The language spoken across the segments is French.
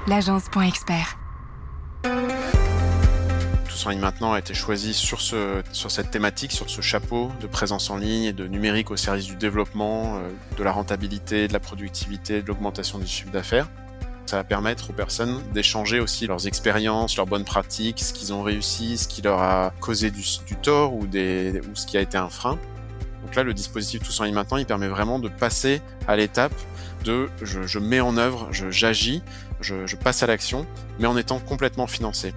l'agence.expert. Tous en ligne maintenant a été choisi sur cette thématique, sur ce chapeau de présence en ligne et de numérique au service du développement, de la rentabilité, de la productivité, de l'augmentation du chiffre d'affaires. Ça va permettre aux personnes d'échanger aussi leurs expériences, leurs bonnes pratiques, ce qu'ils ont réussi, ce qui leur a causé du tort ou ce qui a été un frein. Donc là, le dispositif Tous en ligne maintenant, il permet vraiment de passer à l'étape de je mets en œuvre, j'agis, je passe à l'action, mais en étant complètement financé.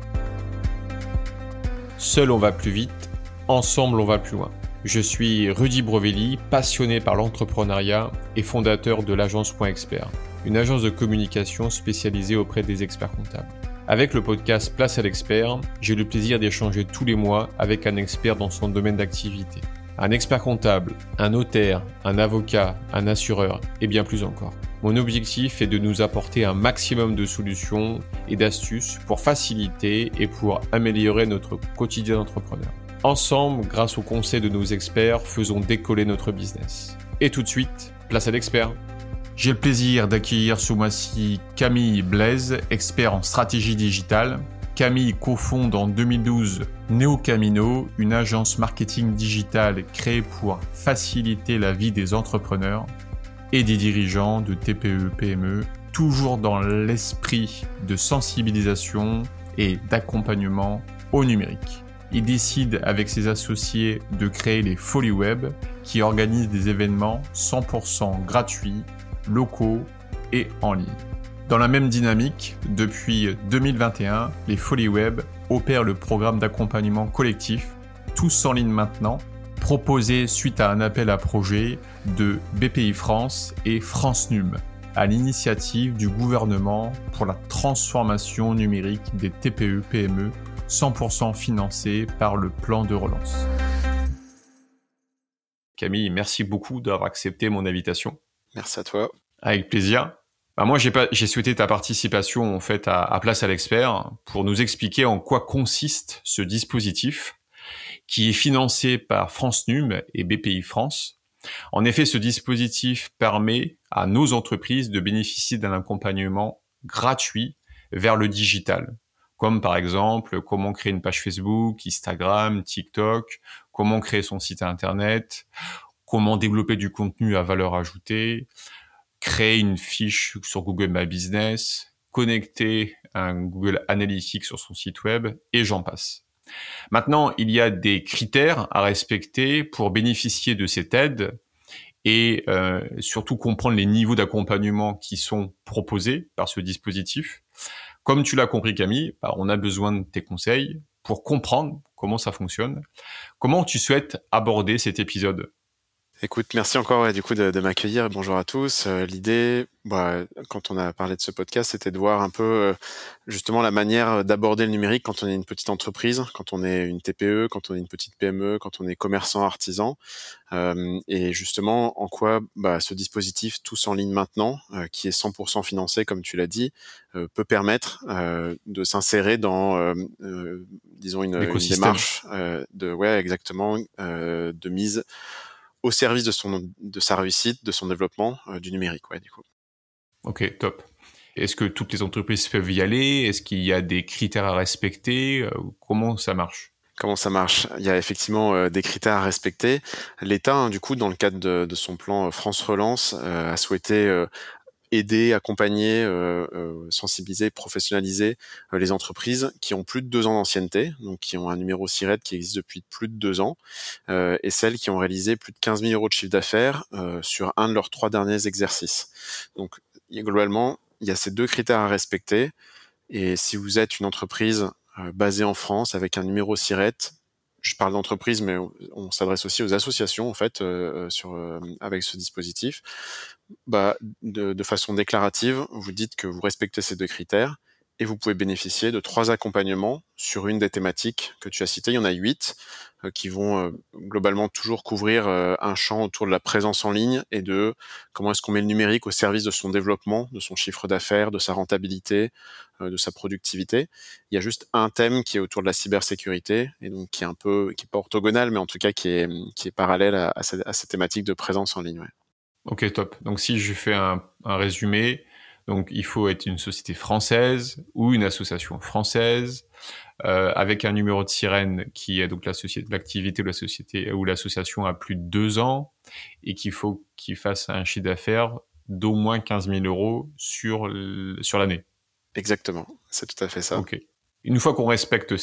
Seul on va plus vite, ensemble on va plus loin. Je suis Rudy Brovelli, passionné par l'entrepreneuriat et fondateur de l'agence.expert, une agence de communication spécialisée auprès des experts comptables. Avec le podcast Place à l'expert, j'ai le plaisir d'échanger tous les mois avec un expert dans son domaine d'activité. Un expert comptable, un notaire, un avocat, un assureur et bien plus encore. Mon objectif est de nous apporter un maximum de solutions et d'astuces pour faciliter et pour améliorer notre quotidien d'entrepreneur. Ensemble, grâce aux conseils de nos experts, faisons décoller notre business. Et tout de suite, place à l'expert. J'ai le plaisir d'accueillir ce mois-ci Camille Blaise, expert en stratégie digitale. Camille cofonde en 2012 NeoCamino, une agence marketing digitale créée pour faciliter la vie des entrepreneurs et des dirigeants de TPE-PME, toujours dans l'esprit de sensibilisation et d'accompagnement au numérique. Il décide avec ses associés de créer les Folies Web qui organisent des événements 100% gratuits, locaux et en ligne. Dans la même dynamique, depuis 2021, les Folies Web opèrent le programme d'accompagnement collectif Tous en ligne maintenant, proposé suite à un appel à projet de BPI France et France Num, à l'initiative du gouvernement pour la transformation numérique des TPE-PME, 100% financé par le plan de relance. Camille, merci beaucoup d'avoir accepté mon invitation. Merci à toi. Avec plaisir. Moi, j'ai souhaité ta participation en fait à Place à l'expert pour nous expliquer en quoi consiste ce dispositif qui est financé par France Num et BPI France. En effet, ce dispositif permet à nos entreprises de bénéficier d'un accompagnement gratuit vers le digital, comme par exemple comment créer une page Facebook, Instagram, TikTok, comment créer son site internet, comment développer du contenu à valeur ajoutée, créer une fiche sur Google My Business, connecter un Google Analytics sur son site web, et j'en passe. Maintenant, il y a des critères à respecter pour bénéficier de cette aide et surtout comprendre les niveaux d'accompagnement qui sont proposés par ce dispositif. Comme tu l'as compris, Camille, on a besoin de tes conseils pour comprendre comment ça fonctionne. Comment tu souhaites aborder cet épisode ? Écoute, merci encore du coup de m'accueillir. Bonjour à tous. L'idée, quand on a parlé de ce podcast, c'était de voir un peu justement la manière d'aborder le numérique quand on est une petite entreprise, quand on est une TPE, quand on est une petite PME, quand on est commerçant, artisan, et justement en quoi ce dispositif Tous en ligne maintenant, qui est 100% financé comme tu l'as dit, peut permettre de s'insérer dans, disons une démarche de mise au service de sa réussite, de son développement, du numérique, du coup. Ok, top. Est-ce que toutes les entreprises peuvent y aller ? Est-ce qu'il y a des critères à respecter ? Comment ça marche ? Comment ça marche ? Il y a effectivement des critères à respecter. L'État, du coup, dans le cadre de son plan France Relance, a souhaité aider, accompagner, sensibiliser, professionnaliser les entreprises qui ont plus de 2 ans d'ancienneté, donc qui ont un numéro SIRET qui existe depuis plus de 2 ans, et celles qui ont réalisé plus de 15 000 € de chiffre d'affaires sur un de leurs 3 derniers exercices. Donc, globalement, il y a ces 2 critères à respecter, et si vous êtes une entreprise basée en France avec un numéro SIRET, je parle d'entreprise, mais on s'adresse aussi aux associations en fait avec ce dispositif. De façon déclarative, vous dites que vous respectez ces 2 critères et vous pouvez bénéficier de 3 accompagnements sur une des thématiques que tu as citées. Il y en a 8 qui vont globalement toujours couvrir un champ autour de la présence en ligne et de comment est-ce qu'on met le numérique au service de son développement, de son chiffre d'affaires, de sa rentabilité, de sa productivité. Il y a juste un thème qui est autour de la cybersécurité et donc qui est pas orthogonal, mais en tout cas qui est parallèle à cette thématique de présence en ligne. Ouais. Ok, top. Donc si je fais un résumé, Donc, il faut être une société française ou une association française avec un numéro de sirène qui est donc l'activité de la société ou l'association a plus de 2 ans et qu'il faut qu'il fasse un chiffre d'affaires d'au moins 15 000 euros sur l'année. Exactement, c'est tout à fait ça. Ok. Une fois qu'on respecte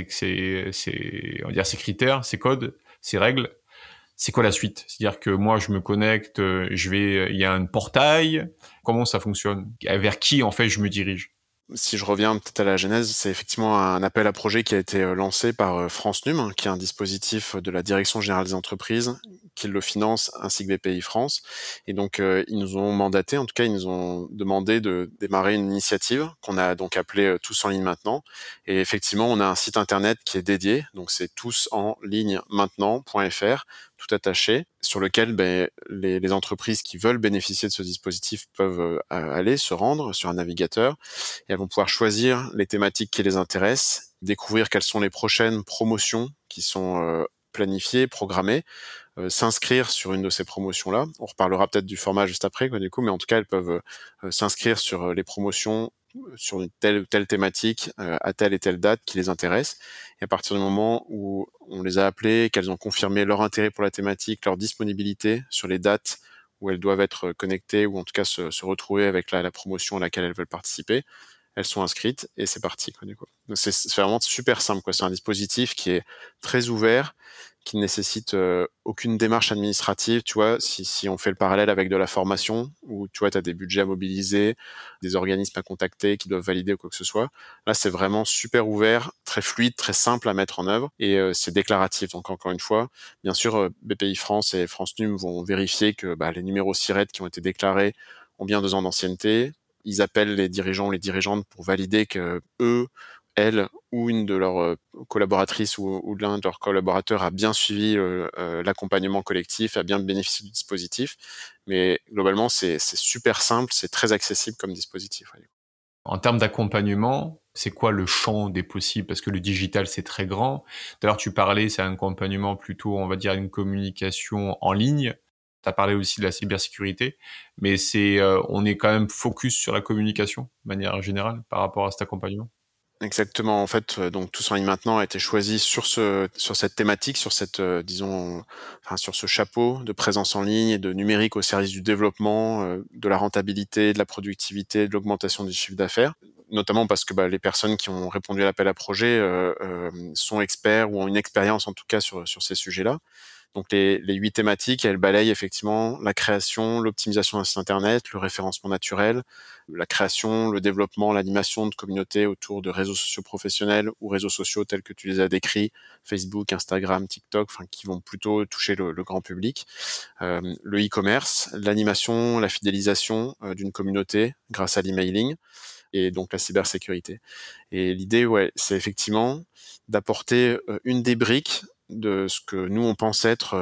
on va dire ces critères, ces codes, ces règles, c'est quoi la suite? C'est-à-dire que moi, je me connecte, il y a un portail. Comment ça fonctionne? Vers qui, en fait, je me dirige? Si je reviens peut-être à la genèse, c'est effectivement un appel à projet qui a été lancé par France Num, qui est un dispositif de la Direction générale des entreprises, qui le finance, ainsi que BPI France. Et donc, ils nous ont mandaté, en tout cas, ils nous ont demandé de démarrer une initiative qu'on a donc appelée Tous en ligne maintenant. Et effectivement, on a un site internet qui est dédié, donc c'est tousenlignemantement.fr, tout attaché, sur lequel les entreprises qui veulent bénéficier de ce dispositif peuvent aller se rendre sur un navigateur et elles vont pouvoir choisir les thématiques qui les intéressent, découvrir quelles sont les prochaines promotions qui sont planifiées, programmées, s'inscrire sur une de ces promotions-là. On reparlera peut-être du format juste après, quoi, du coup, mais en tout cas, elles peuvent s'inscrire sur les promotions sur une telle ou telle thématique à telle et telle date qui les intéresse. Et à partir du moment où on les a appelées, qu'elles ont confirmé leur intérêt pour la thématique, leur disponibilité sur les dates où elles doivent être connectées ou en tout cas se retrouver avec la promotion à laquelle elles veulent participer, elles sont inscrites et c'est parti, quoi, du coup. Donc c'est vraiment super simple, quoi. C'est un dispositif qui est très ouvert, qui ne nécessite aucune démarche administrative, tu vois, si on fait le parallèle avec de la formation, où tu vois, tu as des budgets à mobiliser, des organismes à contacter qui doivent valider ou quoi que ce soit. Là, c'est vraiment super ouvert, très fluide, très simple à mettre en œuvre, et c'est déclaratif. Donc encore une fois, bien sûr, BPI France et France Num vont vérifier que les numéros SIRET qui ont été déclarés ont bien 2 ans d'ancienneté. Ils appellent les dirigeants ou les dirigeantes pour valider que eux, elles ou une de leurs collaboratrices ou l'un de leurs collaborateurs a bien suivi l'accompagnement collectif, a bien bénéficié du dispositif. Mais globalement, c'est super simple, c'est très accessible comme dispositif. Ouais. En termes d'accompagnement, c'est quoi le champ des possibles? Parce que le digital, c'est très grand. D'ailleurs, tu parlais, c'est un accompagnement plutôt, on va dire, une communication en ligne. Tu as parlé aussi de la cybersécurité, mais on est quand même focus sur la communication, de manière générale, par rapport à cet accompagnement. Exactement. En fait, donc Tous en ligne maintenant a été choisi sur cette thématique, sur cette sur ce chapeau de présence en ligne et de numérique au service du développement, de la rentabilité, de la productivité, de l'augmentation du chiffre d'affaires. Notamment parce que les personnes qui ont répondu à l'appel à projet sont experts ou ont une expérience en tout cas sur ces sujets-là. Donc les 8 thématiques, elles balayent effectivement la création, l'optimisation d'un site internet, le référencement naturel, la création, le développement, l'animation de communautés autour de réseaux sociaux professionnels ou réseaux sociaux tels que tu les as décrits, Facebook, Instagram, TikTok, qui vont plutôt toucher le grand public. Le e-commerce, l'animation, la fidélisation d'une communauté grâce à l'emailing et donc la cybersécurité. Et l'idée, c'est effectivement d'apporter une des briques de ce que nous on pense être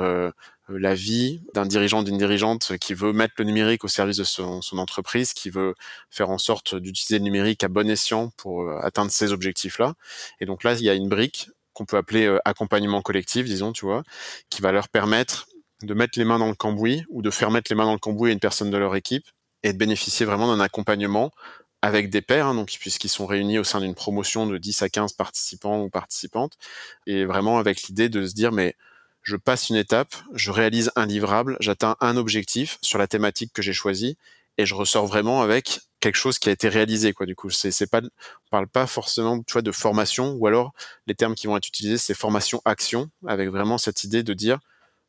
la vie d'un dirigeant, d'une dirigeante qui veut mettre le numérique au service de son entreprise, qui veut faire en sorte d'utiliser le numérique à bon escient pour atteindre ces objectifs-là. Et donc là, il y a une brique qu'on peut appeler accompagnement collectif, disons, tu vois, qui va leur permettre de mettre les mains dans le cambouis ou de faire mettre les mains dans le cambouis à une personne de leur équipe et de bénéficier vraiment d'un accompagnement avec des pairs, donc puisqu'ils sont réunis au sein d'une promotion de 10 à 15 participants ou participantes, et vraiment avec l'idée de se dire, mais je passe une étape, je réalise un livrable, j'atteins un objectif sur la thématique que j'ai choisie, et je ressors vraiment avec quelque chose qui a été réalisé, quoi. Du coup, c'est pas, on parle pas forcément, tu vois, de formation, ou alors les termes qui vont être utilisés, c'est formation-action, avec vraiment cette idée de dire,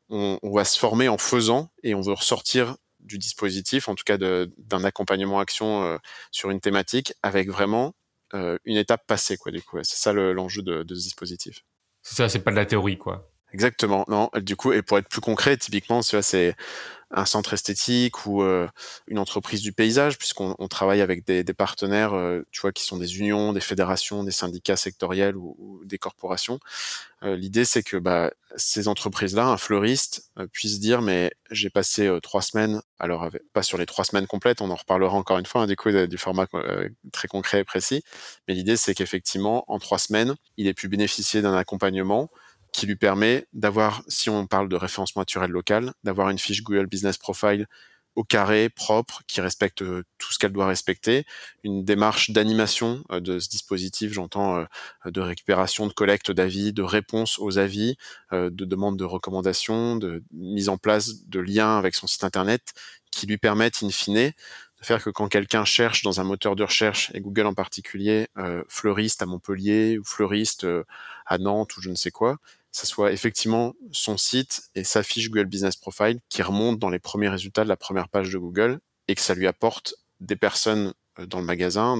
on va se former en faisant, et on veut ressortir du dispositif, en tout cas d'un accompagnement action sur une thématique, avec vraiment une étape passée, quoi. Du coup, c'est ça l'enjeu de ce dispositif. C'est ça, c'est pas de la théorie, quoi. Exactement. Non, du coup, et pour être plus concret, typiquement, tu vois, c'est un centre esthétique ou une entreprise du paysage, puisqu'on travaille avec des partenaires, tu vois, qui sont des unions, des fédérations, des syndicats sectoriels ou des corporations. L'idée, c'est que ces entreprises-là, un fleuriste, puisse dire, mais j'ai passé 3 semaines, alors pas sur les 3 semaines complètes, on en reparlera encore une fois, du coup, du format très concret et précis, mais l'idée, c'est qu'effectivement, en 3 semaines, il ait pu bénéficier d'un accompagnement qui lui permet d'avoir, si on parle de référencement naturel local, d'avoir une fiche Google Business Profile au carré, propre, qui respecte tout ce qu'elle doit respecter, une démarche d'animation de ce dispositif, j'entends de récupération, de collecte d'avis, de réponse aux avis, de demande de recommandations, de mise en place de liens avec son site internet qui lui permettent in fine de faire que quand quelqu'un cherche dans un moteur de recherche, et Google en particulier, fleuriste à Montpellier ou fleuriste à Nantes ou je ne sais quoi, ça soit effectivement son site et sa fiche Google Business Profile qui remonte dans les premiers résultats de la première page de Google et que ça lui apporte des personnes dans le magasin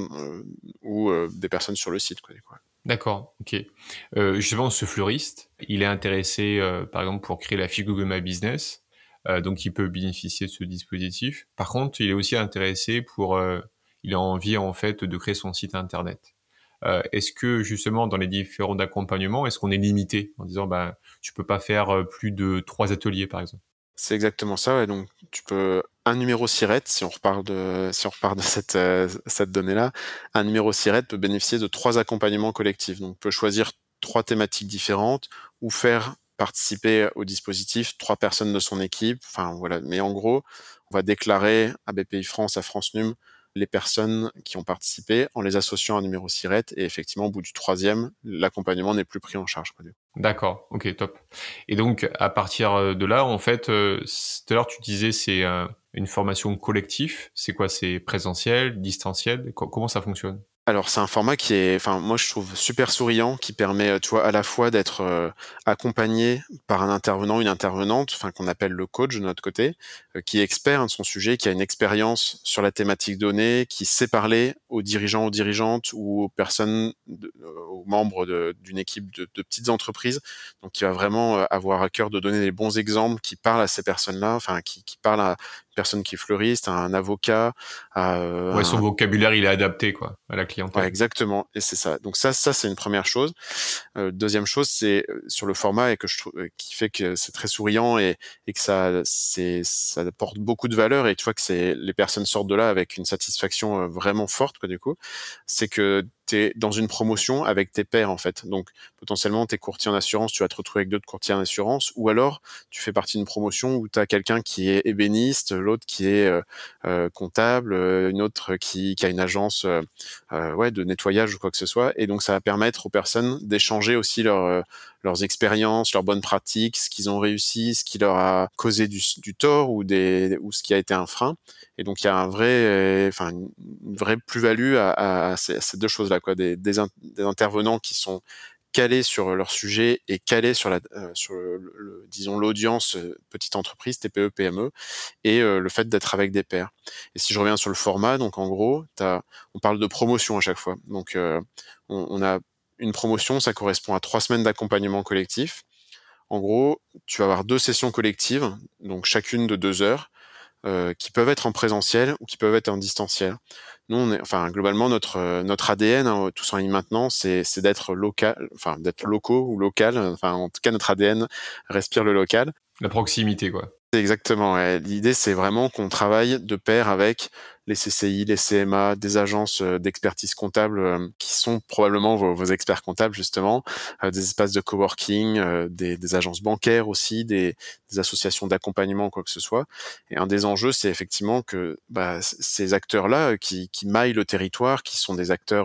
ou des personnes sur le site, quoi. D'accord, ok. Justement, ce fleuriste, il est intéressé, par exemple, pour créer la fiche Google My Business, donc il peut bénéficier de ce dispositif. Par contre, il est aussi intéressé il a envie en fait de créer son site internet. Est-ce que justement dans les différents accompagnements, est-ce qu'on est limité en disant, bah, tu peux pas faire plus de 3 ateliers, par exemple? C'est exactement ça, ouais. Donc, tu peux un numéro SIRET, si on repart de cette donnée-là, un numéro SIRET peut bénéficier de 3 accompagnements collectifs. Donc, peut choisir 3 thématiques différentes ou faire participer au dispositif 3 personnes de son équipe. Enfin, voilà. Mais en gros, on va déclarer à BPI France, à France Num, les personnes qui ont participé en les associant à un numéro SIRET. Et effectivement, au bout du 3e, l'accompagnement n'est plus pris en charge, quoi. D'accord, ok, top. Et donc, à partir de là, en fait, tout à l'heure, tu disais c'est une formation collective. C'est quoi? C'est présentiel, distanciel? Comment ça fonctionne? Alors c'est un format qui est, enfin moi je trouve super souriant, qui permet, tu vois, à la fois d'être, accompagné par un intervenant, une intervenante, enfin qu'on appelle le coach de notre côté, qui est expert, hein, de son sujet, qui a une expérience sur la thématique donnée, qui sait parler aux dirigeants, aux dirigeantes ou aux personnes aux membres d'une équipe de petites entreprises. Donc qui va vraiment, avoir à cœur de donner les bons exemples, qui parlent à ces personnes-là, enfin qui parlent à une personne qui est fleuriste, à un avocat, à, Ouais, son un vocabulaire, il est adapté, quoi, à la ouais, clientèle. exactement, et c'est ça. Donc ça c'est une première chose. Deuxième chose, c'est sur le format et que je trouve qui fait que c'est très souriant et que ça apporte beaucoup de valeur et tu vois que c'est les personnes sortent de là avec une satisfaction vraiment forte, quoi, du coup. C'est que tu es dans une promotion avec tes pairs, en fait. Donc potentiellement tu es courtier en assurance, tu vas te retrouver avec d'autres courtiers en assurance, ou alors tu fais partie d'une promotion où tu as quelqu'un qui est ébéniste, l'autre qui est comptable, une autre qui a une agence ouais, de nettoyage ou quoi que ce soit. Et donc, ça va permettre aux personnes d'échanger aussi leurs expériences, leurs bonnes pratiques, ce qu'ils ont réussi, ce qui leur a causé du tort ou ce qui a été un frein. Et donc, il y a un vrai, enfin, une vraie plus-value à ces deux choses-là, quoi. Des intervenants qui sont calés sur leur sujet et calés sur disons, l'audience petite entreprise, TPE, PME, et le fait d'être avec des pairs. Et si je reviens sur le format, donc en gros, on parle de promotion à chaque fois. Donc on a une promotion, ça correspond à 3 semaines d'accompagnement collectif. En gros, tu vas avoir 2 sessions collectives, donc chacune de 2 heures, qui peuvent être en présentiel ou qui peuvent être en distanciel. Nous, enfin, globalement, notre ADN, hein, tous en ligne maintenant, c'est d'être local, enfin, d'être locaux ou local. Enfin, en tout cas, notre ADN respire le local. La proximité, quoi. Exactement, ouais. L'idée, c'est vraiment qu'on travaille de pair avec les CCI, les CMA, des agences d'expertise comptable qui sont probablement vos experts comptables justement, des espaces de coworking, des agences bancaires aussi, des associations d'accompagnement, quoi que ce soit. Et un des enjeux, c'est effectivement que ces acteurs-là qui maillent le territoire, qui sont des acteurs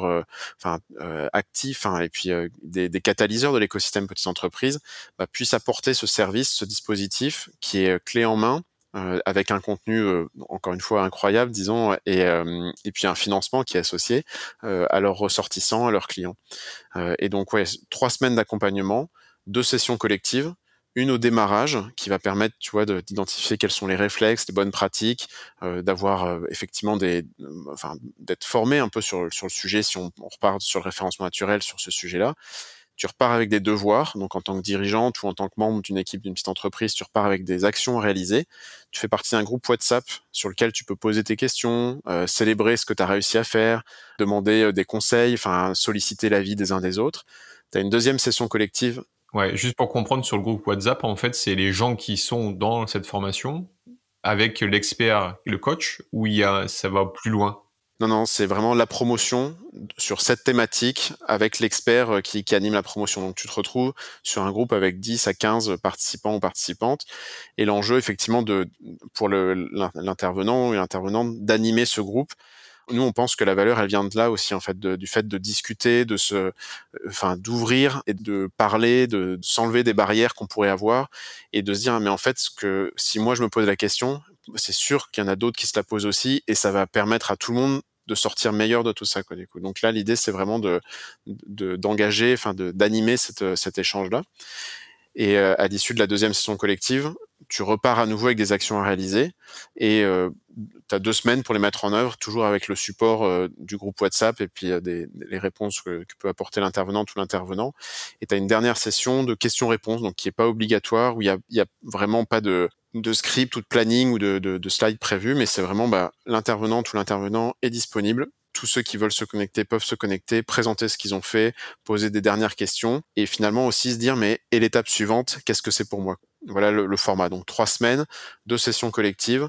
actifs, hein, et puis des catalyseurs de l'écosystème petite entreprise, puissent apporter ce service, ce dispositif qui est clé en main, avec un contenu encore une fois incroyable, disons, et puis un financement qui est associé à leurs ressortissants, à leurs clients. Et donc ouais, 3 semaines d'accompagnement, 2 sessions collectives, une au démarrage qui va permettre, tu vois, d'identifier quels sont les réflexes, les bonnes pratiques, d'avoir effectivement d'être formé un peu sur le sujet si on repart sur le référencement naturel sur ce sujet-là. Tu repars avec des devoirs, donc en tant que dirigeante ou en tant que membre d'une équipe d'une petite entreprise, tu repars avec des actions à réaliser. Tu fais partie d'un groupe WhatsApp sur lequel tu peux poser tes questions, célébrer ce que tu as réussi à faire, demander des conseils, enfin solliciter l'avis des uns des autres. Tu as une deuxième session collective. Ouais, juste pour comprendre, sur le groupe WhatsApp, en fait, c'est les gens qui sont dans cette formation avec l'expert et le coach, ou ça va plus loin? Non, non, c'est vraiment la promotion sur cette thématique avec l'expert qui anime la promotion. Donc tu te retrouves sur un groupe avec 10 à 15 participants ou participantes et l'enjeu effectivement pour l'intervenant ou l'intervenante d'animer ce groupe. Nous, on pense que la valeur, elle vient de là aussi, en fait, du fait de discuter, d'ouvrir et de parler, de s'enlever des barrières qu'on pourrait avoir et de se dire, mais en fait, si moi je me pose la question, c'est sûr qu'il y en a d'autres qui se la posent aussi et ça va permettre à tout le monde de sortir meilleur de tout ça, quoi, du coup. Donc là, l'idée, c'est vraiment d'engager, d'animer cet échange-là. Et à l'issue de la deuxième session collective, tu repars à nouveau avec des actions à réaliser et tu as 2 semaines pour les mettre en œuvre, toujours avec le support du groupe WhatsApp et puis les réponses que peut apporter l'intervenante ou l'intervenant. Et tu as une dernière session de questions-réponses, donc qui est pas obligatoire, où il y a vraiment pas de script ou de planning ou de slide prévu, mais c'est vraiment l'intervenante ou l'intervenant est disponible. Tous ceux qui veulent se connecter peuvent se connecter, présenter ce qu'ils ont fait, poser des dernières questions et finalement aussi se dire mais et l'étape suivante, qu'est-ce que c'est pour moi? Voilà le format. Donc 3 semaines, 2 sessions collectives,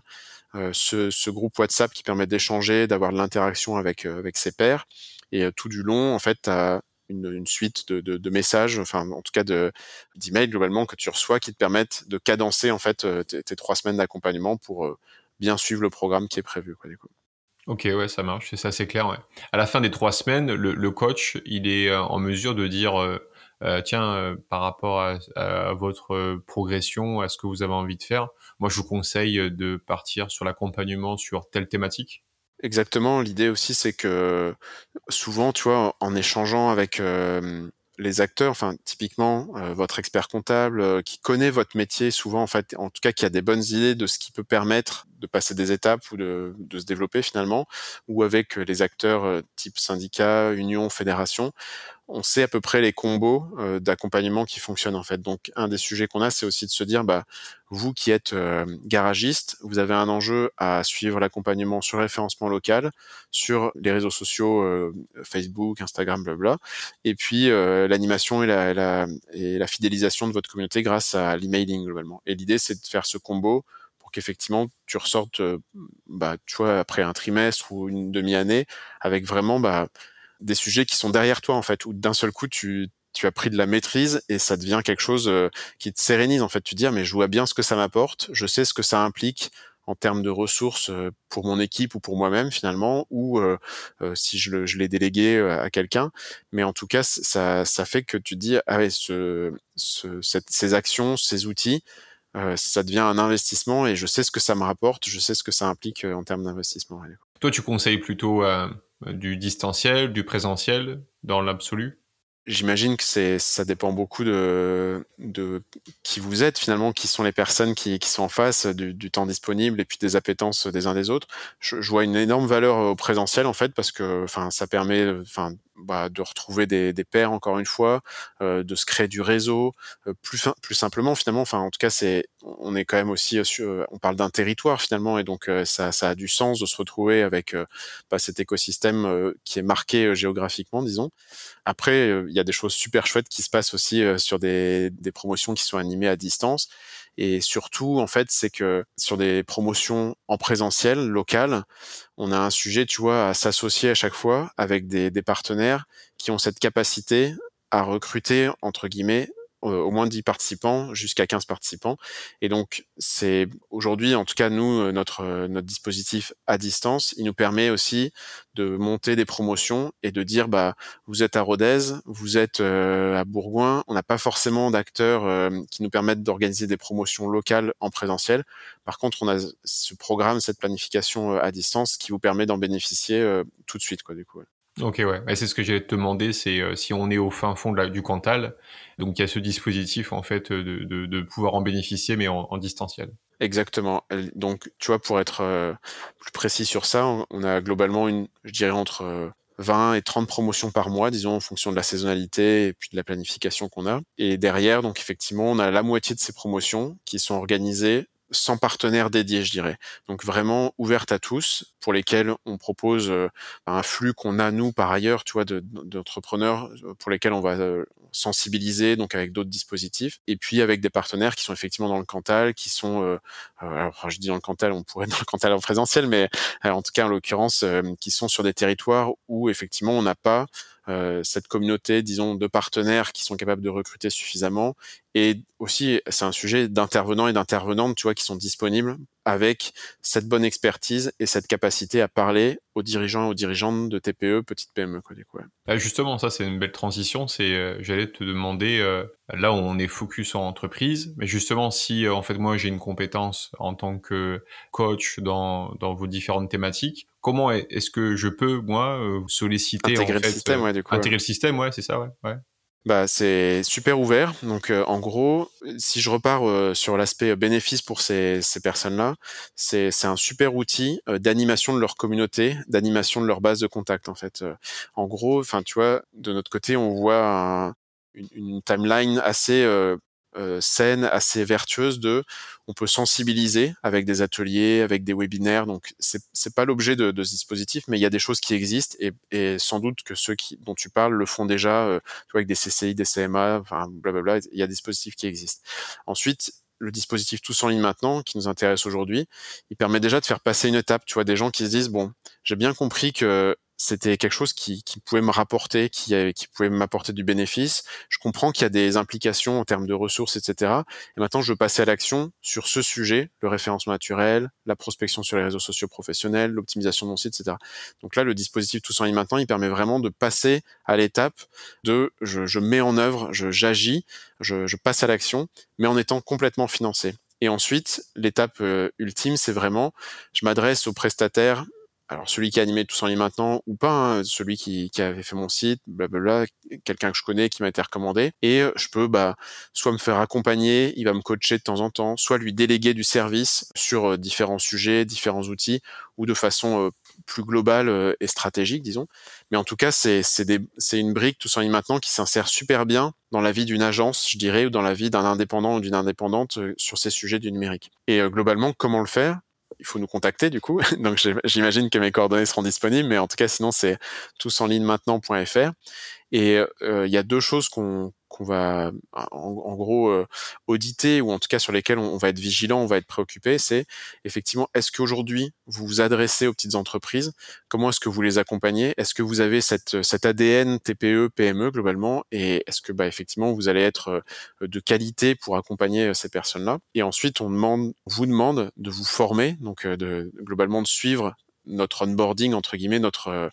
ce groupe WhatsApp qui permet d'échanger, d'avoir de l'interaction avec ses pairs et tout du long en fait tu as une suite de messages, enfin en tout cas d'emails globalement que tu reçois qui te permettent de cadencer en fait tes 3 semaines d'accompagnement pour bien suivre le programme qui est prévu, quoi, du coup. Ok, ouais, ça marche, c'est assez clair, ouais. À la fin des 3 semaines, le coach, il est en mesure de dire, tiens, par rapport à votre progression, à ce que vous avez envie de faire, moi je vous conseille de partir sur l'accompagnement sur telle thématique. Exactement, l'idée aussi c'est que souvent, tu vois, en échangeant avec les acteurs, enfin typiquement votre expert comptable qui connaît votre métier souvent, en fait, en tout cas qui a des bonnes idées de ce qui peut permettre de passer des étapes ou de se développer finalement, ou avec les acteurs type syndicat, union, fédération, on sait à peu près les combos d'accompagnement qui fonctionnent en fait. Donc un des sujets qu'on a, c'est aussi de se dire, vous qui êtes garagiste, vous avez un enjeu à suivre l'accompagnement sur le référencement local, sur les réseaux sociaux, Facebook, Instagram, blabla, et puis l'animation et la fidélisation de votre communauté grâce à l'emailing globalement. Et l'idée, c'est de faire ce combo pour qu'effectivement tu ressortes, tu vois, après un trimestre ou une demi-année, avec vraiment des sujets qui sont derrière toi en fait, où d'un seul coup tu as pris de la maîtrise et ça devient quelque chose qui te sérénise en fait. Tu te dis mais je vois bien ce que ça m'apporte, je sais ce que ça implique en termes de ressources pour mon équipe ou pour moi-même finalement, ou si je l'ai délégué à quelqu'un. Mais en tout cas, ça fait que tu te dis ah ouais, ces actions, ces outils, ça devient un investissement et je sais ce que ça me rapporte, je sais ce que ça implique en termes d'investissement. Ouais. Toi, tu conseilles plutôt du distanciel, du présentiel, dans l'absolu? J'imagine que ça dépend beaucoup de qui vous êtes finalement, qui sont les personnes qui sont en face, du temps disponible et puis des appétences des uns des autres. Je vois une énorme valeur au présentiel en fait parce que enfin ça permet de retrouver des pairs encore une fois, de se créer du réseau, plus simplement finalement. Enfin en tout cas on est quand même aussi on parle d'un territoire finalement et donc ça a du sens de se retrouver avec cet écosystème qui est marqué géographiquement disons. Après, il y a des choses super chouettes qui se passent aussi sur des promotions qui sont animées à distance. Et surtout, en fait, c'est que sur des promotions en présentiel, locales, on a un sujet, tu vois, à s'associer à chaque fois avec des partenaires qui ont cette capacité à recruter, entre guillemets, au moins 10 participants jusqu'à 15 participants. Et donc, c'est aujourd'hui, en tout cas, nous, notre dispositif à distance, il nous permet aussi de monter des promotions et de dire, vous êtes à Rodez, vous êtes à Bourgoin, on n'a pas forcément d'acteurs qui nous permettent d'organiser des promotions locales en présentiel. Par contre, on a ce programme, cette planification à distance qui vous permet d'en bénéficier tout de suite, quoi, du coup. Ouais. Ok, ouais. Et c'est ce que j'allais te demander, c'est si on est au fin fond du Cantal, donc il y a ce dispositif en fait de pouvoir en bénéficier, mais en distanciel. Exactement. Donc, tu vois, pour être plus précis sur ça, on a globalement je dirais entre 20 et 30 promotions par mois, disons, en fonction de la saisonnalité et puis de la planification qu'on a. Et derrière, donc effectivement, on a la moitié de ces promotions qui sont organisées sans partenaire dédié, je dirais. Donc vraiment ouvertes à tous, pour lesquelles on propose un flux qu'on a nous par ailleurs, tu vois, d'entrepreneurs pour lesquels on va sensibiliser, donc avec d'autres dispositifs, et puis avec des partenaires qui sont effectivement dans le Cantal, qui sont, alors je dis dans le Cantal, on pourrait être dans le Cantal en présentiel, mais en tout cas en l'occurrence, qui sont sur des territoires où effectivement on n'a pas cette communauté, disons, de partenaires qui sont capables de recruter suffisamment. Et aussi, c'est un sujet d'intervenants et d'intervenantes, tu vois, qui sont disponibles avec cette bonne expertise et cette capacité à parler aux dirigeants et aux dirigeantes de TPE, petites PME, quoi, du coup. Justement, ça, c'est une belle transition. J'allais te demander, là, on est focus en entreprise, mais justement, si, en fait, moi, j'ai une compétence en tant que coach dans vos différentes thématiques, comment est-ce que je peux, moi, solliciter, en Intégrer le fait, système, ouais, du coup. intégrer le système? Ouais, c'est ça, ouais, ouais. Bah, c'est super ouvert. Donc, en gros, si je repars sur l'aspect bénéfice pour ces personnes-là, c'est un super outil d'animation de leur communauté, d'animation de leur base de contact, en fait. En gros, enfin, tu vois, de notre côté, on voit une timeline assez saine, assez vertueuse on peut sensibiliser avec des ateliers, avec des webinaires. Donc, c'est pas l'objet de ce dispositif, mais il y a des choses qui existent et sans doute que ceux dont tu parles le font déjà. Tu vois, avec des CCI, des CMA, enfin, blablabla, il y a des dispositifs qui existent. Ensuite, le dispositif Tous en ligne maintenant, qui nous intéresse aujourd'hui, il permet déjà de faire passer une étape. Tu vois, des gens qui se disent, bon, j'ai bien compris que c'était quelque chose qui pouvait me rapporter, qui pouvait m'apporter du bénéfice. Je comprends qu'il y a des implications en termes de ressources, etc. Et maintenant, je veux passer à l'action sur ce sujet, le référencement naturel, la prospection sur les réseaux sociaux professionnels, l'optimisation de mon site, etc. Donc là, le dispositif Tous en ligne maintenant, il permet vraiment de passer à l'étape de je mets en œuvre, j'agis, je passe à l'action, mais en étant complètement financé. Et ensuite, l'étape ultime, c'est vraiment, je m'adresse aux prestataires, alors celui qui a animé Tous en ligne maintenant ou pas, hein, celui qui avait fait mon site, blablabla, quelqu'un que je connais qui m'a été recommandé, et je peux soit me faire accompagner, il va me coacher de temps en temps, soit lui déléguer du service sur différents sujets, différents outils, ou de façon plus globale et stratégique, disons. Mais en tout cas, c'est une brique Tous en ligne maintenant qui s'insère super bien dans la vie d'une agence, je dirais, ou dans la vie d'un indépendant ou d'une indépendante sur ces sujets du numérique. Et globalement, comment le faire ? Il faut nous contacter du coup. Donc j'imagine que mes coordonnées seront disponibles, mais en tout cas sinon c'est tousenlignemaintenant.fr. Et il y a deux choses qu'on va en gros auditer, ou en tout cas sur lesquelles on va être vigilant, on va être préoccupé. C'est effectivement, est-ce qu'aujourd'hui vous vous adressez aux petites entreprises? Comment est-ce que vous les accompagnez? Est-ce que vous avez cet ADN TPE, PME globalement? Et est-ce que effectivement vous allez être de qualité pour accompagner ces personnes-là? Et ensuite on vous demande de vous former, donc globalement de suivre notre onboarding entre guillemets, notre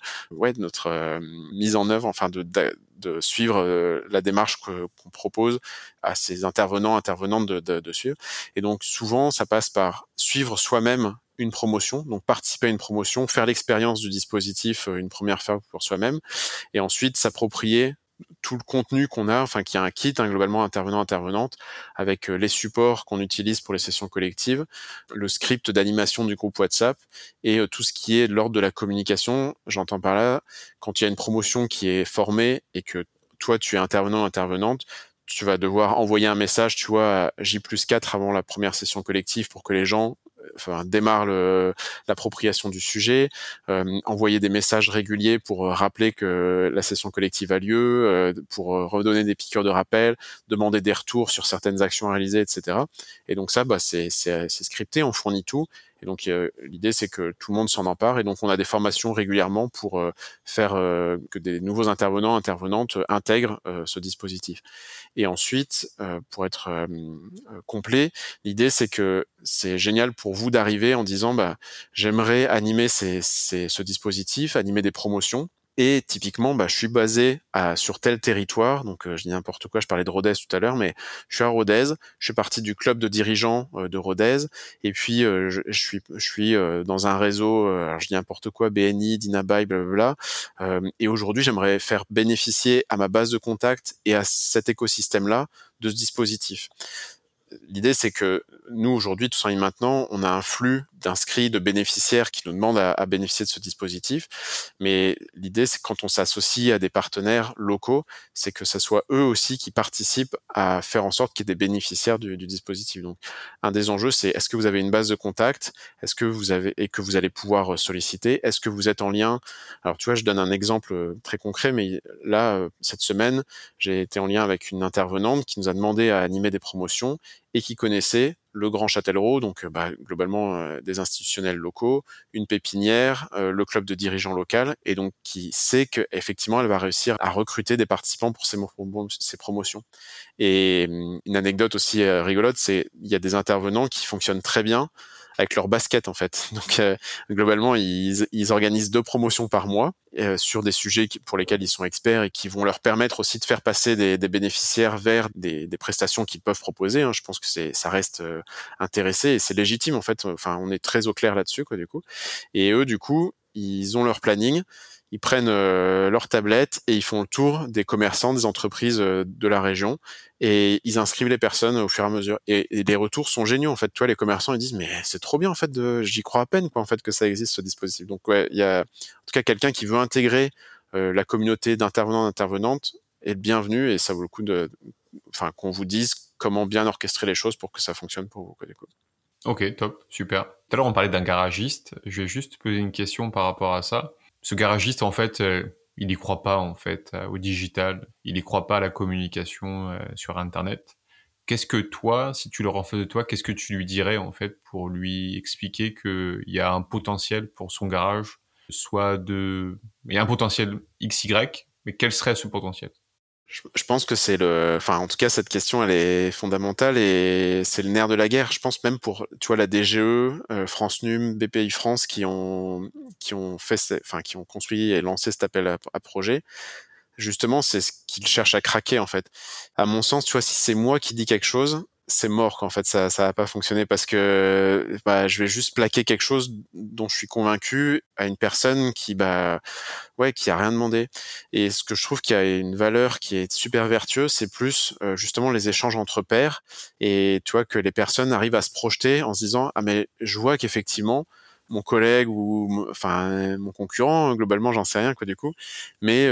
mise en œuvre, enfin de suivre la démarche qu'on propose à ces intervenantes de suivre. Et donc souvent ça passe par suivre soi-même une promotion, donc participer à une promotion, faire l'expérience du dispositif une première fois pour soi-même, et ensuite s'approprier tout le contenu qu'on a, enfin qui a un kit globalement intervenant-intervenante, avec les supports qu'on utilise pour les sessions collectives, le script d'animation du groupe WhatsApp, et tout ce qui est de l'ordre de la communication. J'entends par là, quand il y a une promotion qui est formée et que toi tu es intervenant-intervenante, tu vas devoir envoyer un message, tu vois, à J+4 avant la première session collective pour que les gens démarre l'appropriation du sujet, envoyer des messages réguliers pour rappeler que la session collective a lieu, pour redonner des piqûres de rappel, demander des retours sur certaines actions réalisées, etc. Et donc ça, c'est scripté, on fournit tout. Et donc l'idée, c'est que tout le monde s'en empare. Et donc on a des formations régulièrement pour faire que des nouveaux intervenantes intègrent ce dispositif. Et ensuite, pour être complet, l'idée c'est que c'est génial pour vous d'arriver en disant j'aimerais animer ce dispositif, animer des promotions. Et typiquement, je suis basé sur tel territoire. Donc, je dis n'importe quoi. Je parlais de Rodez tout à l'heure, mais je suis à Rodez. Je fais partie du club de dirigeants de Rodez. Et puis, je suis dans un réseau. Alors, je dis n'importe quoi. BNI, Dinabuy, blablabla. Et aujourd'hui, j'aimerais faire bénéficier à ma base de contact et à cet écosystème-là de ce dispositif. L'idée, c'est que nous, aujourd'hui, Tous en ligne maintenant, on a un flux d'inscrits, de bénéficiaires qui nous demandent à bénéficier de ce dispositif. Mais l'idée, c'est que quand on s'associe à des partenaires locaux, c'est que ça soit eux aussi qui participent à faire en sorte qu'il y ait des bénéficiaires du dispositif. Donc, un des enjeux, c'est est-ce que vous avez une base de contact, est-ce que vous avez et que vous allez pouvoir solliciter, est-ce que vous êtes en lien. Alors, tu vois, je donne un exemple très concret, mais là, cette semaine, j'ai été en lien avec une intervenante qui nous a demandé à animer des promotions et qui connaissait le Grand Châtellerault, donc globalement des institutionnels locaux, une pépinière, le club de dirigeants local, et donc qui sait qu'effectivement elle va réussir à recruter des participants pour ces promotions. Et une anecdote aussi rigolote, c'est il y a des intervenants qui fonctionnent très bien avec leur basket en fait. Donc globalement, ils organisent 2 promotions par mois sur des sujets pour lesquels ils sont experts et qui vont leur permettre aussi de faire passer des bénéficiaires vers des prestations qu'ils peuvent proposer. Hein. Je pense que ça reste intéressé et c'est légitime en fait. Enfin, on est très au clair là-dessus quoi du coup. Et eux du coup, ils ont leur planning. Ils prennent leur tablette et ils font le tour des commerçants, des entreprises de la région et ils inscrivent les personnes au fur et à mesure. Et les retours sont géniaux en fait. Tu vois, les commerçants ils disent mais c'est trop bien en fait. J'y crois à peine quoi en fait que ça existe ce dispositif. Donc ouais, il y a en tout cas quelqu'un qui veut intégrer la communauté d'intervenants d'intervenantes est le bienvenu et ça vaut le coup qu'on vous dise comment bien orchestrer les choses pour que ça fonctionne pour vous quoi du coup. Ok, top, super. Tout à l'heure, on parlait d'un garagiste. Je vais juste poser une question par rapport à ça. Ce garagiste, en fait, il y croit pas, en fait, au digital. Il y croit pas à la communication sur Internet. Qu'est-ce que toi, si tu le en face de toi, qu'est-ce que tu lui dirais, en fait, pour lui expliquer qu'il y a un potentiel pour son garage, il y a un potentiel XY, mais quel serait ce potentiel? Je pense que enfin, en tout cas, cette question, elle est fondamentale et c'est le nerf de la guerre. Je pense même pour, tu vois, la DGE, France Num, BPI France qui ont construit et lancé cet appel à projet. Justement, c'est ce qu'ils cherchent à craquer, en fait. À mon sens, tu vois, si c'est moi qui dis quelque chose, c'est mort, quoi. En fait, ça va pas fonctionner parce que, je vais juste plaquer quelque chose dont je suis convaincu à une personne qui a rien demandé. Et ce que je trouve qu'il y a une valeur qui est super vertueuse, c'est plus justement les échanges entre pairs et tu vois que les personnes arrivent à se projeter en se disant ah mais je vois qu'effectivement mon collègue ou enfin mon concurrent globalement j'en sais rien quoi du coup mais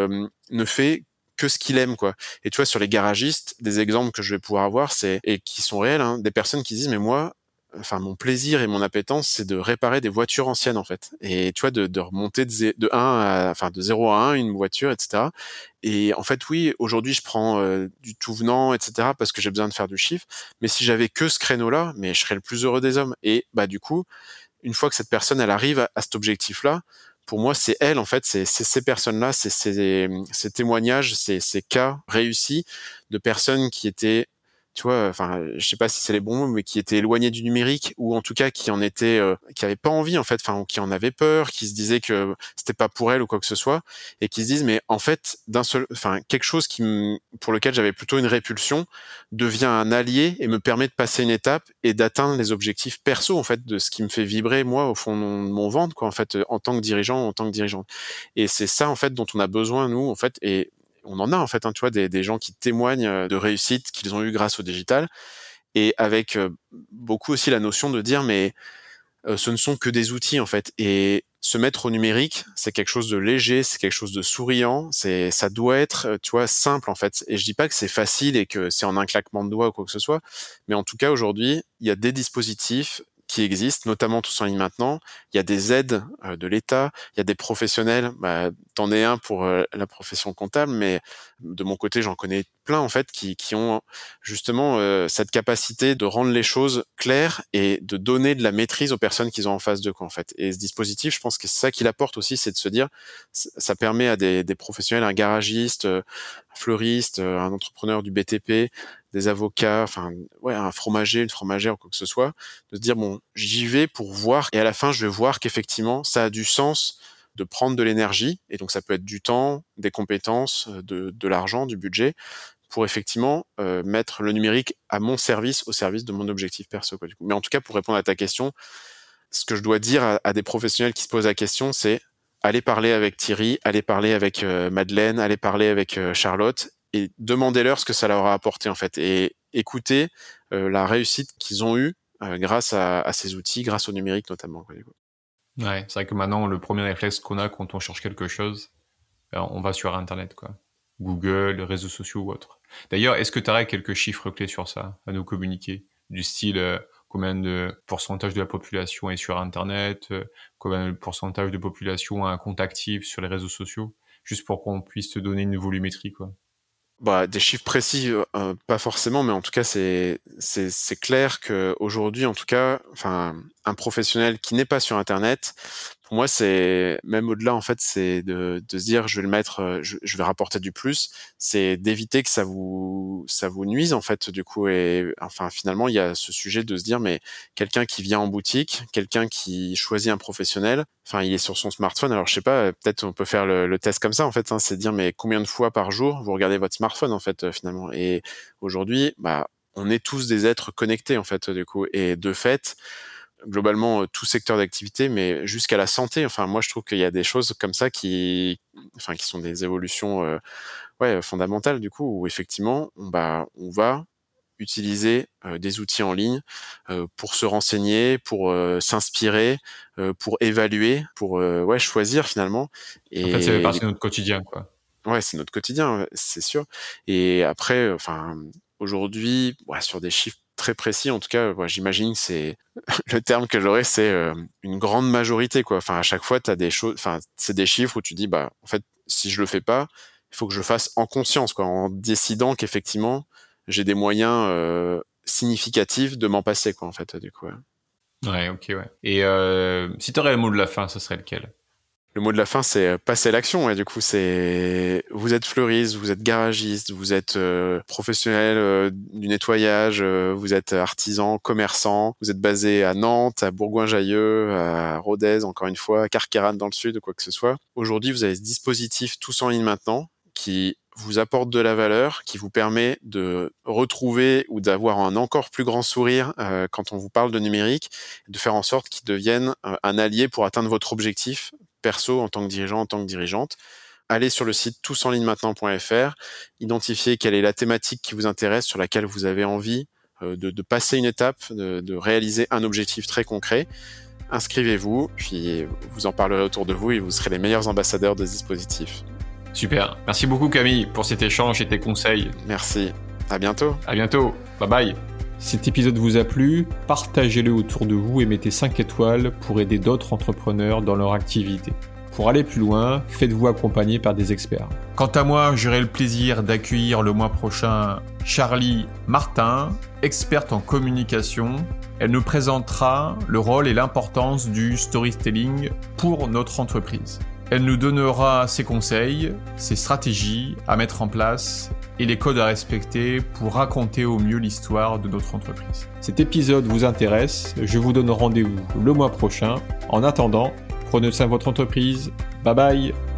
ne fait que ce qu'il aime quoi. Et tu vois sur les garagistes des exemples que je vais pouvoir avoir c'est et qui sont réels hein, des personnes qui disent mais moi enfin mon plaisir et mon appétence c'est de réparer des voitures anciennes en fait et tu vois de remonter de 1 à enfin de 0 à 1 une voiture etc. Et en fait oui aujourd'hui je prends du tout venant etc. parce que j'ai besoin de faire du chiffre mais si j'avais que ce créneau là mais je serais le plus heureux des hommes et du coup une fois que cette personne elle arrive à cet objectif là pour moi c'est elle en fait c'est ces personnes là c'est ces témoignages ces cas réussis de personnes qui étaient tu vois, enfin, je sais pas si c'est les bons mots, mais qui étaient éloignés du numérique ou en tout cas qui en étaient, qui avaient pas envie en fait, enfin, ou qui en avaient peur, qui se disaient que c'était pas pour elles ou quoi que ce soit, et qui se disent mais en fait quelque chose pour lequel j'avais plutôt une répulsion devient un allié et me permet de passer une étape et d'atteindre les objectifs perso en fait de ce qui me fait vibrer moi au fond de mon ventre quoi en fait en tant que dirigeant, en tant que dirigeante. Et c'est ça en fait dont on a besoin nous en fait et on en a en fait, hein, tu vois, des gens qui témoignent de réussite qu'ils ont eu grâce au digital, et avec beaucoup aussi la notion de dire mais ce ne sont que des outils en fait, et se mettre au numérique, c'est quelque chose de léger, c'est quelque chose de souriant, ça doit être, tu vois, simple en fait. Et je dis pas que c'est facile et que c'est en un claquement de doigts ou quoi que ce soit, mais en tout cas aujourd'hui, il y a des dispositifs qui existent, notamment Tous en ligne maintenant. Il y a des aides de l'État, il y a des professionnels. T'en es un pour la profession comptable, mais de mon côté, j'en connais plein en fait qui ont justement cette capacité de rendre les choses claires et de donner de la maîtrise aux personnes qu'ils ont en face d'eux quoi en fait. Et ce dispositif, je pense que c'est ça qu'il apporte aussi, c'est de se dire, ça permet à des professionnels, un garagiste, un fleuriste, un entrepreneur du BTP, des avocats, enfin ouais, un fromager, une fromagère ou quoi que ce soit, de se dire bon, j'y vais pour voir et à la fin je vais voir qu'effectivement ça a du sens de prendre de l'énergie et donc ça peut être du temps, des compétences, de l'argent, du budget pour effectivement mettre le numérique à mon service, au service de mon objectif perso quoi, du coup. Mais en tout cas pour répondre à ta question, ce que je dois dire à des professionnels qui se posent la question, c'est allez parler avec Thierry, allez parler avec Madeleine, allez parler avec Charlotte et demandez-leur ce que ça leur a apporté en fait et écoutez la réussite qu'ils ont eue grâce à ces outils, grâce au numérique notamment, quoi, du coup. Ouais, c'est vrai que maintenant, le premier réflexe qu'on a quand on cherche quelque chose, on va sur Internet, quoi. Google, les réseaux sociaux ou autre. D'ailleurs, est-ce que tu aurais quelques chiffres clés sur ça à nous communiquer? Du style, combien de pourcentage de la population est sur Internet, combien de pourcentage de population a un compte actif sur les réseaux sociaux, juste pour qu'on puisse te donner une volumétrie, quoi. Bah, des chiffres précis, pas forcément, mais en tout cas, c'est clair qu'aujourd'hui, en tout cas, enfin, un professionnel qui n'est pas sur internet, pour moi, c'est même au-delà, en fait, c'est de se dire: «Je vais le mettre, je vais rapporter du plus», c'est d'éviter que ça vous nuise, en fait, du coup et enfin, finalement, il y a ce sujet de se dire: «Mais quelqu'un qui vient en boutique, quelqu'un qui choisit un professionnel, enfin, il est sur son smartphone». Alors, je sais pas, peut-être on peut faire le test comme ça, en fait, hein, c'est de dire: «Mais combien de fois par jour vous regardez votre smartphone, en fait, finalement?» Et aujourd'hui, bah, on est tous des êtres connectés, en fait, du coup et de fait, globalement, tout secteur d'activité, mais jusqu'à la santé, enfin, moi, je trouve qu'il y a des choses comme ça qui sont des évolutions, ouais, fondamentales, du coup, où effectivement, on va utiliser, des outils en ligne, pour se renseigner, pour, s'inspirer, pour évaluer, pour, ouais, choisir finalement En fait, ça fait et partie de notre quotidien, quoi. ouais, c'est notre quotidien, ouais, c'est sûr et après, enfin, aujourd'hui, ouais, sur des chiffres très précis, en tout cas, ouais, j'imagine que c'est le terme que j'aurais, c'est, une grande majorité, quoi. Enfin, à chaque fois, tu as des choses enfin, c'est des chiffres où tu dis: «Bah, en fait, si je le fais pas, il faut que je le fasse en conscience, quoi, en décidant qu'effectivement, j'ai des moyens, significatifs de m'en passer, quoi, en fait, du coup, ouais. Ouais, OK, ouais. Et si tu aurais le mot de la fin, ce serait lequel? Le mot de la fin, c'est, passer à l'action, ouais, du coup, c'est vous êtes fleuriste, vous êtes garagiste, vous êtes, professionnel, du nettoyage, vous êtes artisan, commerçant, vous êtes basé à Nantes, à Bourgoin-Jallieu, à Rodez, encore une fois, à Carqueiranne dans le sud ou quoi que ce soit. Aujourd'hui, vous avez ce dispositif Tous en ligne maintenant qui vous apporte de la valeur, qui vous permet de retrouver ou d'avoir un encore plus grand sourire, quand on vous parle de numérique, de faire en sorte qu'il devienne, un allié pour atteindre votre objectif perso en tant que dirigeant, en tant que dirigeante. Allez sur le site tousenlignemaintenant.fr, identifiez quelle est la thématique qui vous intéresse, sur laquelle vous avez envie de passer une étape, de réaliser un objectif très concret. Inscrivez-vous, puis vous en parlerez autour de vous et vous serez les meilleurs ambassadeurs de ce dispositif. Super. Merci beaucoup, Camille, pour cet échange et tes conseils. Merci. À bientôt. À bientôt. Bye bye. Cet épisode vous a plu, partagez-le autour de vous et mettez 5 étoiles pour aider d'autres entrepreneurs dans leur activité. Pour aller plus loin, faites-vous accompagner par des experts. Quant à moi, j'aurai le plaisir d'accueillir le mois prochain Charlie Martin, experte en communication. Elle nous présentera le rôle et l'importance du storytelling pour notre entreprise. Elle nous donnera ses conseils, ses stratégies à mettre en place et les codes à respecter pour raconter au mieux l'histoire de notre entreprise. Cet épisode vous intéresse, je vous donne rendez-vous le mois prochain. En attendant, prenez soin de votre entreprise. Bye bye!